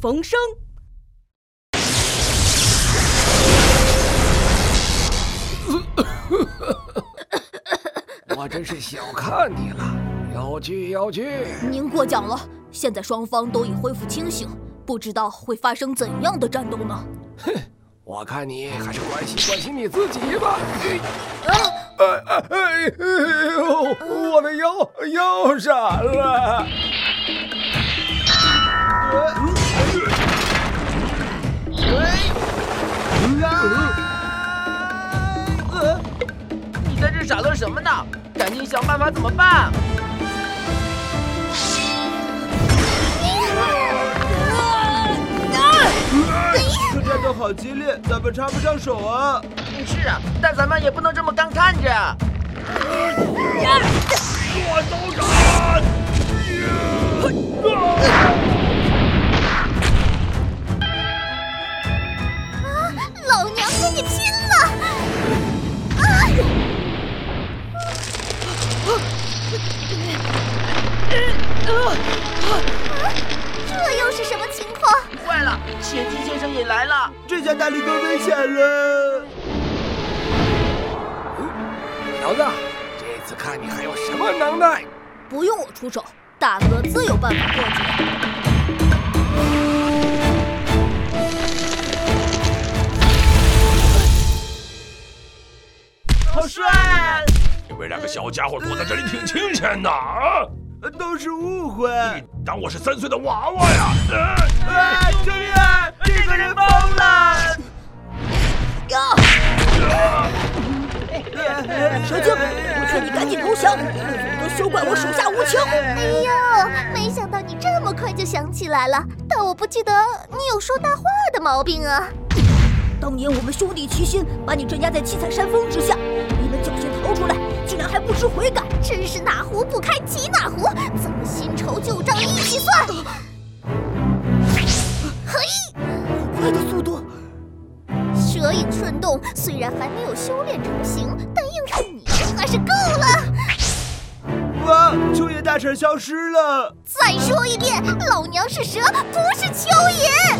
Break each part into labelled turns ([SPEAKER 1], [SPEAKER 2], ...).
[SPEAKER 1] 逢生。
[SPEAKER 2] 我真是小看你了，有趣有趣。
[SPEAKER 1] 您过奖了，现在双方都已恢复清醒，不知道会发生怎样的战斗呢？
[SPEAKER 2] 哼，我看你还是关心你自己吧。哎呦，我的腰闪了。
[SPEAKER 3] 你在这傻乐什么呢？赶紧想办法怎么办？
[SPEAKER 4] 这战斗好激烈，咱们插不上手啊！
[SPEAKER 3] 是啊，但咱们也不能这么干看着。
[SPEAKER 4] 断刀斩！
[SPEAKER 1] 老娘跟你拼了！这又是什么情况？
[SPEAKER 3] 坏了，前妻先生也来了。
[SPEAKER 4] 这下大力更危险了。
[SPEAKER 2] 小子，这次看你还有什么能耐？
[SPEAKER 1] 不用我出手，大哥自有办法破解。
[SPEAKER 3] 好帅！
[SPEAKER 5] 你们两个小家伙躲在这里挺清闲的啊！
[SPEAKER 4] 都是误会。
[SPEAKER 5] 你当我是3岁的娃娃呀？
[SPEAKER 4] 救命！这个人疯了！
[SPEAKER 1] 蛇精，我劝你赶紧投降，否则休怪我手下无情。
[SPEAKER 6] 哎呦，没想到你这么快就想起来了，但我不记得你有说大话的毛病啊。
[SPEAKER 1] 当年我们兄弟齐心，把你镇压在七彩山峰之下，你们侥幸逃出来，竟然还不知悔改，
[SPEAKER 6] 真是哪壶不开提哪壶，咱们新仇旧账一起算。嘿，
[SPEAKER 1] 好快的速度！
[SPEAKER 6] 蛇影瞬动，虽然还没有修炼成型，但应付你还是够了。
[SPEAKER 4] 哇，秋叶大婶消失了！
[SPEAKER 6] 再说一遍，老娘是蛇，不是蚯蚓。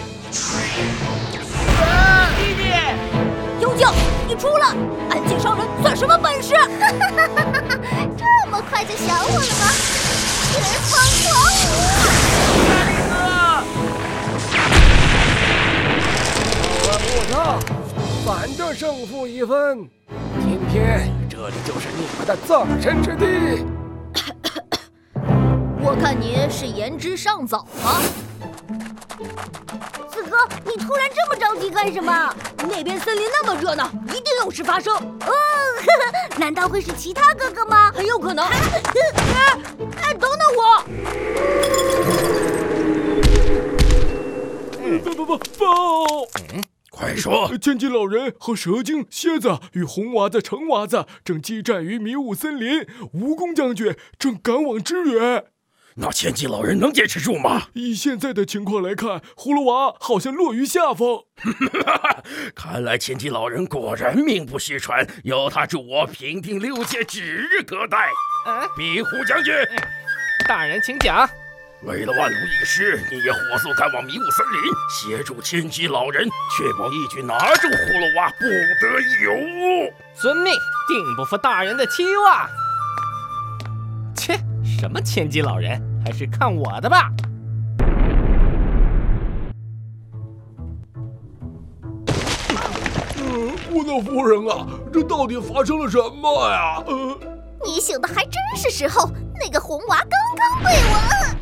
[SPEAKER 3] 弟弟，
[SPEAKER 1] 妖精，你出来！暗箭伤人算什么本事？
[SPEAKER 6] 这么快就想我了吗？旋风狂
[SPEAKER 2] 不闹，反正胜负已分。今天这里就是你们的葬身之地。
[SPEAKER 1] 我看你是言之尚早啊。
[SPEAKER 6] 四哥，你突然这么着急干什么？
[SPEAKER 1] 那边森林那么热闹，一定有事发生。
[SPEAKER 6] 难道会是其他哥哥吗？
[SPEAKER 1] 很有可能。等等我！
[SPEAKER 4] 报！
[SPEAKER 5] 快说！
[SPEAKER 4] 千金老人和蛇精、蝎子与红娃子、橙娃子正激战于迷雾森林，蜈蚣将军正赶往支援。
[SPEAKER 5] 那千金老人能坚持住吗？
[SPEAKER 4] 以现在的情况来看，葫芦娃好像落于下风。
[SPEAKER 5] 看来千金老人果然名不虚传，有他助我，平定6界指日可待。壁虎将军，
[SPEAKER 3] 大人请讲。
[SPEAKER 5] 为了万无一失，你也火速赶往迷雾森林，协助千机老人，确保一举拿住葫芦娃，不得有误。
[SPEAKER 3] 遵命，定不负大人的期望。切，什么千机老人，还是看我的吧。
[SPEAKER 4] 乌诺夫人啊，这到底发生了什么呀？
[SPEAKER 6] 你醒的还真是时候，那个红娃刚刚被我……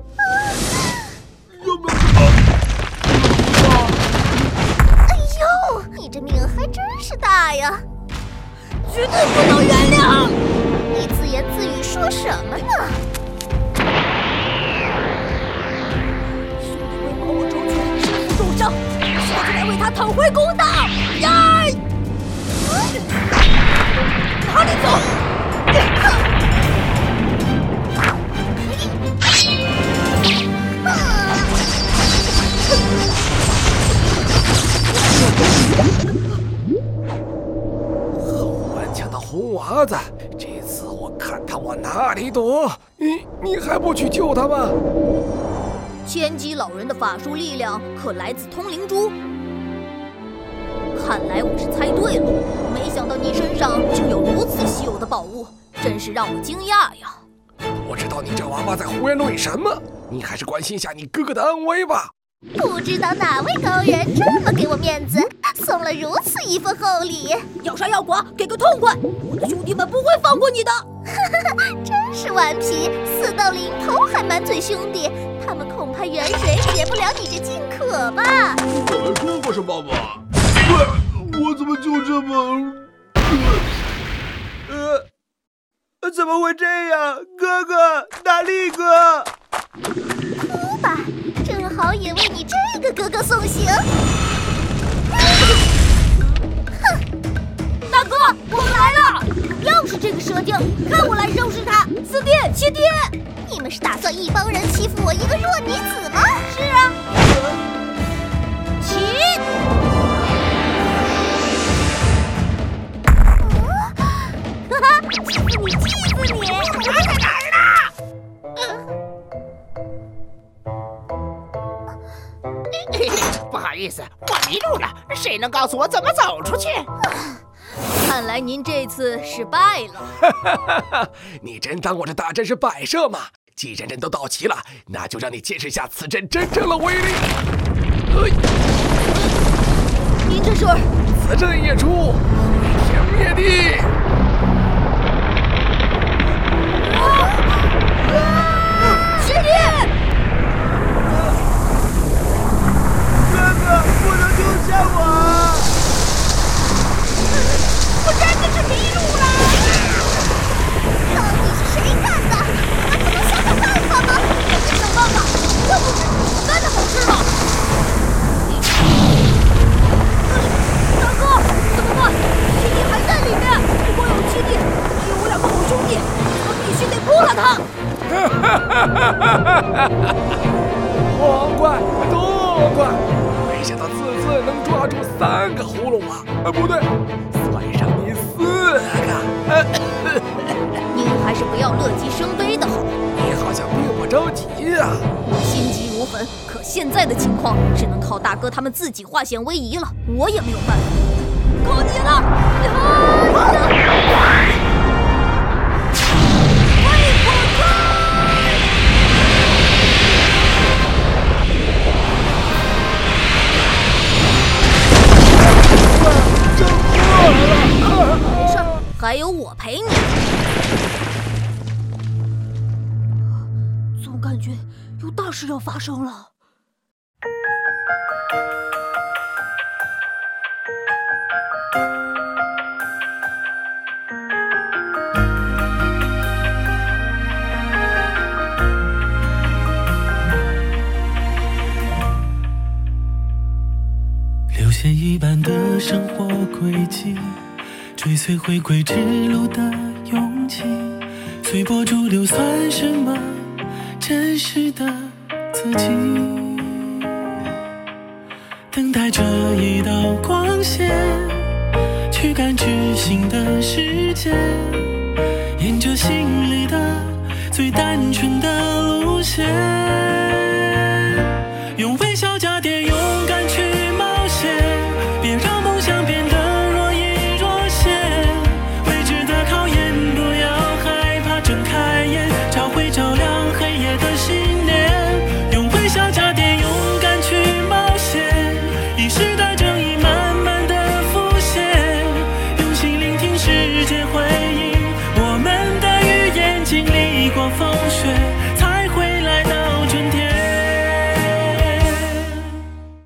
[SPEAKER 4] 有没有？
[SPEAKER 6] 哎呦，你这命还真是大呀！
[SPEAKER 1] 绝对不能原谅！
[SPEAKER 6] 你自言自语说什么呢？
[SPEAKER 1] 兄弟为帮我周全，身负重伤，现在就来为他讨回公道！呀！哪里走？
[SPEAKER 2] 好顽强的红娃子，这次我看他往哪里躲！你还不去救他吗？
[SPEAKER 1] 千机老人的法术力量可来自通灵珠。看来我是猜对了，没想到你身上竟有如此稀有的宝物，真是让我惊讶呀！
[SPEAKER 2] 我知道你这娃娃在胡言乱语什么，你还是关心一下你哥哥的安危吧。
[SPEAKER 6] 不知道哪位高人这么给我面子，送了如此一份厚礼。
[SPEAKER 1] 要杀要剐，给个痛快！我的兄弟们不会放过你的。
[SPEAKER 6] 真是顽皮，死到临头还满嘴兄弟，他们恐怕远水解不了你这近渴吧？
[SPEAKER 4] 我说过什么吗？我怎么就这么……怎么会这样？哥哥，大力哥！
[SPEAKER 6] 哭吧，正好也为你这个哥哥送行。哼！
[SPEAKER 1] 大哥，我们来了！又是这个蛇精，看我来收拾他！四弟、七弟，
[SPEAKER 6] 你们是打算一帮人欺负我一个弱女子吗？
[SPEAKER 1] 是啊。起！
[SPEAKER 6] 哈哈，气死你，气死你！
[SPEAKER 5] 我在哪儿呢？不好意思，我迷路了，谁能告诉我怎么走出去？
[SPEAKER 1] 看来您这次失败了。
[SPEAKER 2] 你真当我这大阵是摆设吗？既然人都到齐了，那就让你见识一下此阵真正的威力。
[SPEAKER 1] 您这是？
[SPEAKER 2] 此阵一出，毁天灭地。
[SPEAKER 1] 师弟！
[SPEAKER 4] 哥哥，不能丢下我！
[SPEAKER 1] 我真的是迷路了！
[SPEAKER 6] 到底是谁干的？还不能想想办法吗？
[SPEAKER 1] 想办法，要不是干的好吃吗？大哥，怎么办？七弟还在里面，不光有七弟，还有我2个好兄弟，我们必须得扑了他！
[SPEAKER 2] 多快，多快！没想到次能抓住3个葫芦娃，不对，算上你4个。
[SPEAKER 1] 您还是不要乐极生悲的好。
[SPEAKER 2] 你好像比我着急啊！
[SPEAKER 1] 心急如焚，可现在的情况只能靠大哥他们自己化险为夷了，我也没有办法。靠你了！没事，还有我陪你。总感觉有大事要发生了。
[SPEAKER 7] 流线一般的生活轨迹，追随回归之路的勇气，随波逐流算什么真实的自己？等待着一道光线，去感知新的世界，沿着心里的最单纯的路线，用微笑加点勇